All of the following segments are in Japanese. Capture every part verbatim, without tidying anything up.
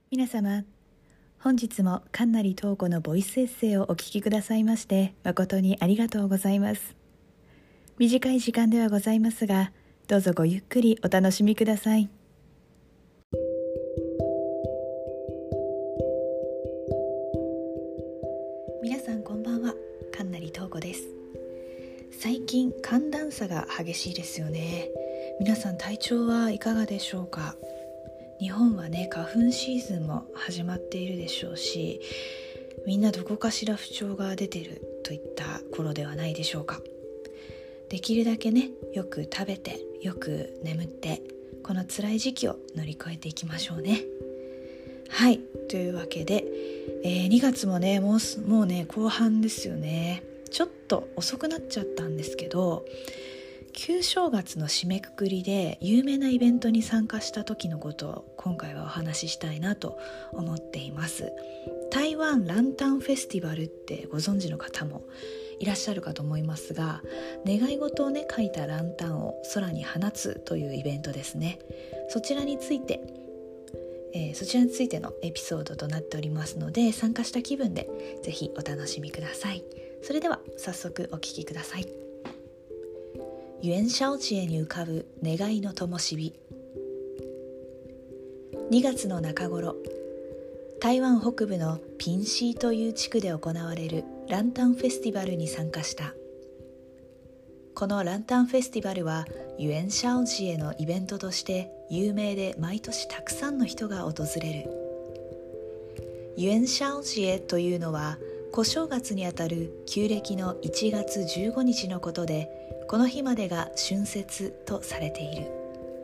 皆様、本日も神成東子のボイスエッセイをお聞きくださいまして誠にありがとうございます。短い時間ではございますが、どうぞごゆっくりお楽しみください。皆さんこんばんは、神成東子です。最近寒暖差が激しいですよね。皆さん体調はいかがでしょうか。日本はね、花粉シーズンも始まっているでしょうし、みんなどこかしら不調が出ているといった頃ではないでしょうか。できるだけね、よく食べてよく眠って、この辛い時期を乗り越えていきましょうね。はい、というわけで、えー、にがつもねもう、もうね後半ですよね。ちょっと遅くなっちゃったんですけど、旧正月の締めくくりで有名なイベントに参加した時のことを今回はお話ししたいなと思っています。台湾ランタンフェスティバルってご存知の方もいらっしゃるかと思いますが、願い事をね書いたランタンを空に放つというイベントですね。そちらについて、えー、そちらについてのエピソードとなっておりますので、参加した気分でぜひお楽しみください。それでは早速お聞きください。元宵節に浮かぶ願いの灯火。にがつの中頃、台湾北部のピンシーという地区で行われるランタンフェスティバルに参加した。このランタンフェスティバルは元宵節のイベントとして有名で、毎年たくさんの人が訪れる。元宵節というのは小正月にあたる旧暦のいちがつじゅうごにちのことで、この日までが春節とされている。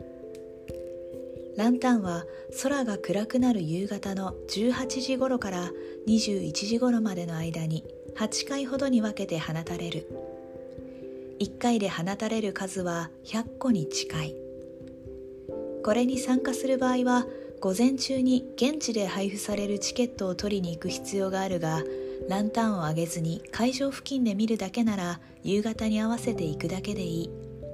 ランタンは空が暗くなる夕方のじゅうはちじ頃からにじゅういちじ頃までの間にはちかいほどに分けて放たれる。いっかいで放たれる数はひゃっこに近い。これに参加する場合は午前中に現地で配布されるチケットを取りに行く必要があるが、ランタンをあげずに会場付近で見るだけなら夕方に合わせて行くだけでいい。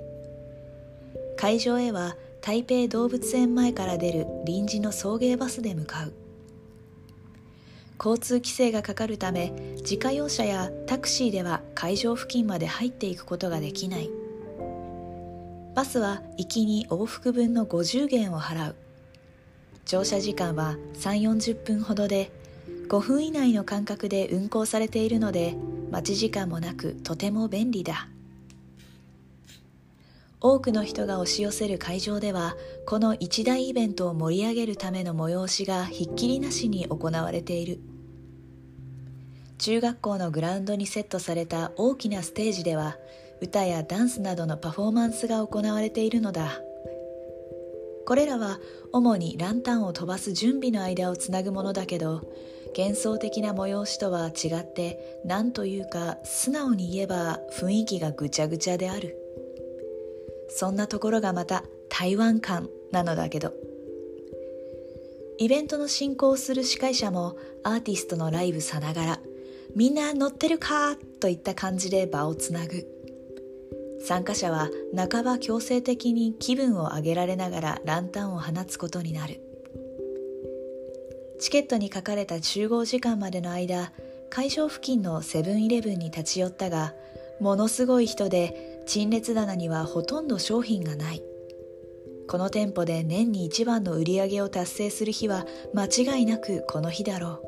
会場へは台北動物園前から出る臨時の送迎バスで向かう。交通規制がかかるため、自家用車やタクシーでは会場付近まで入っていくことができない。バスは行きに往復分のごじゅうげんを払う。乗車時間はさんじゅうよんじゅっぷんほどで、ごふん以内の間隔で運行されているので、待ち時間もなくとても便利だ。多くの人が押し寄せる会場では、この一大イベントを盛り上げるための催しがひっきりなしに行われている。中学校のグラウンドにセットされた大きなステージでは、歌やダンスなどのパフォーマンスが行われているのだ。これらは主にランタンを飛ばす準備の間をつなぐものだけど、幻想的な催しとは違って、なんというか素直に言えば雰囲気がぐちゃぐちゃである。そんなところがまた台湾感なのだけど、イベントの進行をする司会者もアーティストのライブさながら、みんな乗ってるかといった感じで場をつなぐ。参加者は半ば強制的に気分を上げられながらランタンを放つことになる。チケットに書かれた集合時間までの間、会場付近のセブンイレブンに立ち寄ったが、ものすごい人で陳列棚にはほとんど商品がない。この店舗で年に一番の売り上げを達成する日は間違いなくこの日だろう。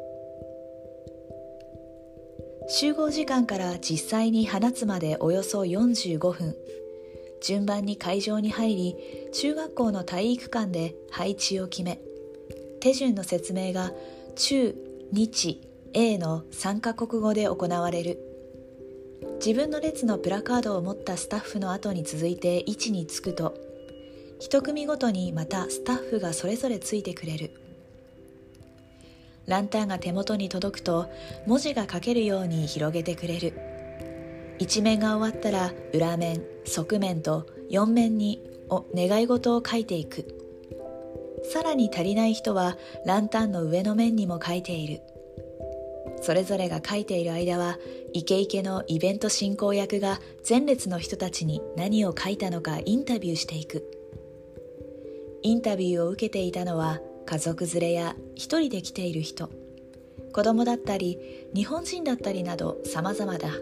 集合時間から実際に放つまでおよそよんじゅうごふん。順番に会場に入り、中学校の体育館で配置を決め、手順の説明が中、日、英のさんカ国語で行われる。自分の列のプラカードを持ったスタッフの後に続いて位置につくと、一組ごとにまたスタッフがそれぞれついてくれる。ランタンが手元に届くと文字が書けるように広げてくれる。一面が終わったら裏面、側面と四面にお願い事を書いていく。さらに足りない人はランタンの上の面にも書いている。それぞれが書いている間は、イケイケのイベント進行役が前列の人たちに何を書いたのかインタビューしていく。インタビューを受けていたのは家族連れや一人で来ている人、子供だったり日本人だったりなど様々だ。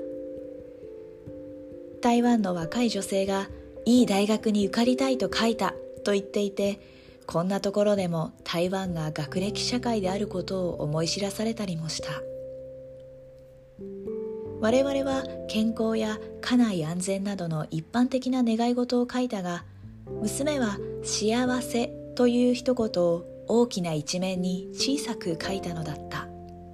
台湾の若い女性がいい大学に受かりたいと書いたと言っていて、こんなところでも台湾が学歴社会であることを思い知らされたりもした。我々は健康や家内安全などの一般的な願い事を書いたが、娘は幸せという一言を大きな一面に小さく書いたのだった。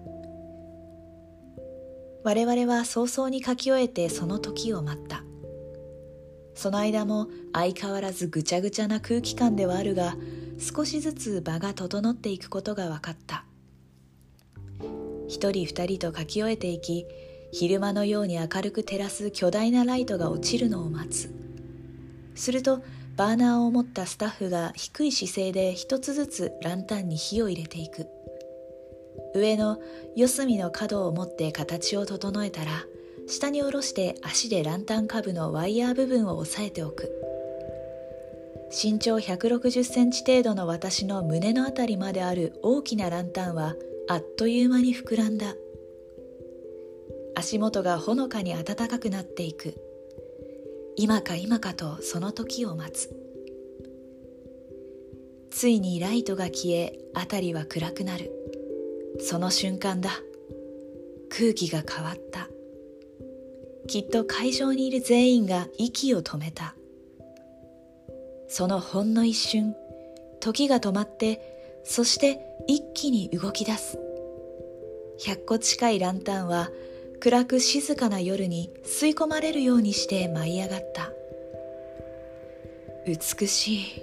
我々は早々に書き終えてその時を待った。その間も相変わらずぐちゃぐちゃな空気感ではあるが、少しずつ場が整っていくことが分かった。一人二人と書き終えていき、昼間のように明るく照らす巨大なライトが落ちるのを待つ。するとバーナーを持ったスタッフが低い姿勢で一つずつランタンに火を入れていく。上の四隅の角を持って形を整えたら、下に下ろして足でランタン下部のワイヤー部分を押さえておく。身長ひゃくろくじゅっセンチ程度の私の胸のあたりまである大きなランタンはあっという間に膨らんだ。足元がほのかに暖かくなっていく。今か今かとその時を待つ。ついにライトが消え、あたりは暗くなる。その瞬間だ。空気が変わった。きっと会場にいる全員が息を止めた。そのほんの一瞬、時が止まって、そして一気に動き出す。ひゃっこ近いランタンは暗く静かな夜に吸い込まれるようにして舞い上がった。美しい、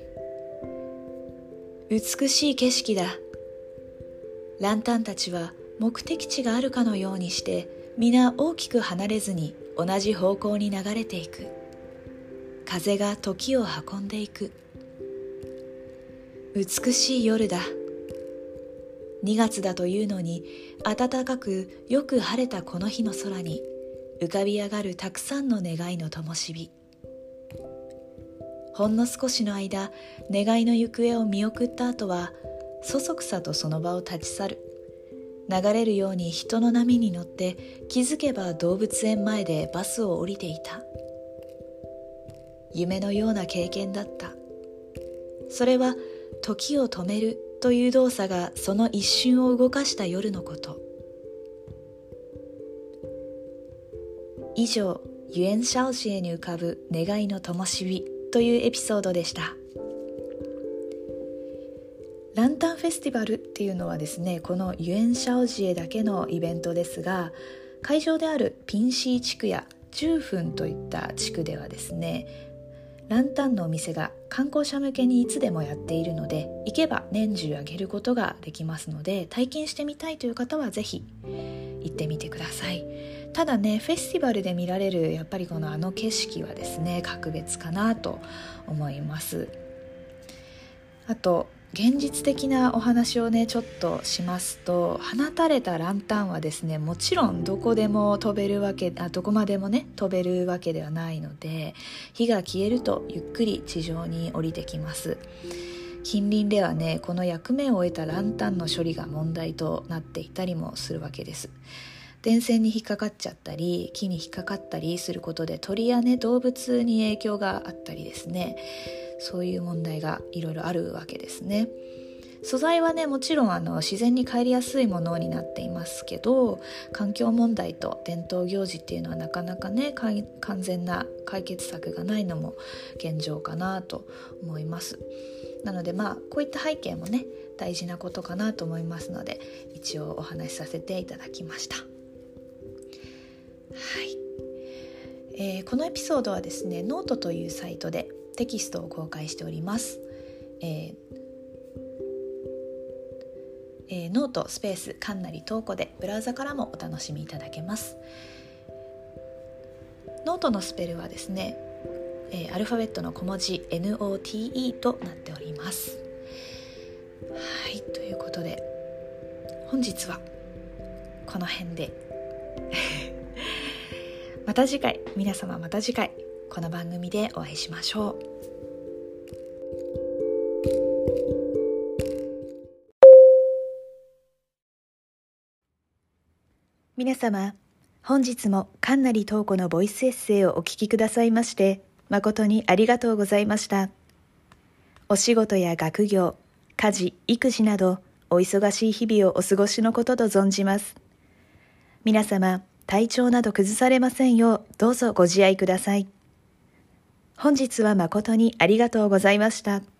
美しい景色だ。ランタンたちは目的地があるかのようにして皆大きく離れずに同じ方向に流れていく。風が時を運んでいく。美しい夜だ。にがつだというのに暖かくよく晴れたこの日の空に浮かび上がるたくさんの願いの灯火。ほんの少しの間、願いの行方を見送った後はそそくさとその場を立ち去る。流れるように人の波に乗って気づけば動物園前でバスを降りていた。夢のような経験だった。それは時を止めるという動作がその一瞬を動かした夜のこと。以上、ユエンシャオシエに浮かぶ願いの灯火というエピソードでした。ランタンフェスティバルっていうのはですね、このユエンシャオジエだけのイベントですが、会場であるピンシー地区やジューフンといった地区ではですね、ランタンのお店が観光者向けにいつでもやっているので、行けば年中あげることができますので、体験してみたいという方はぜひ行ってみてください。ただね、フェスティバルで見られるやっぱりこのあの景色はですね、格別かなと思います。あと現実的なお話をねちょっとしますと、放たれたランタンはですね、もちろんどこでも飛べるわけあどこまでもね飛べるわけではないので、火が消えるとゆっくり地上に降りてきます。近隣ではね、この役目を終えたランタンの処理が問題となっていたりもするわけです。電線に引っかかっちゃったり木に引っかかったりすることで、鳥やね動物に影響があったりですね、そういう問題がいろいろあるわけですね。素材はねもちろんあの自然に帰りやすいものになっていますけど、環境問題と伝統行事っていうのはなかなかね完全な解決策がないのも現状かなと思います。なのでまあこういった背景もね大事なことかなと思いますので、一応お話しさせていただきました。はい、えー、このエピソードはですね、ノートというサイトでテキストを公開しております。えーえー、ノートスペースかんなりとうこでブラウザからもお楽しみいただけます。ノートのスペルはですね、えー、アルファベットの小文字 ノート となっております。はい、ということで本日はこの辺でまた次回、皆様また次回この番組でお会いしましょう。 皆様、本日も神成東子のボイスエッセイをお聞きくださいまして誠にありがとうございました。お仕事や学業、家事、育児などお忙しい日々をお過ごしのことと存じます。皆様、体調など崩されませんようどうぞご自愛ください。本日は誠にありがとうございました。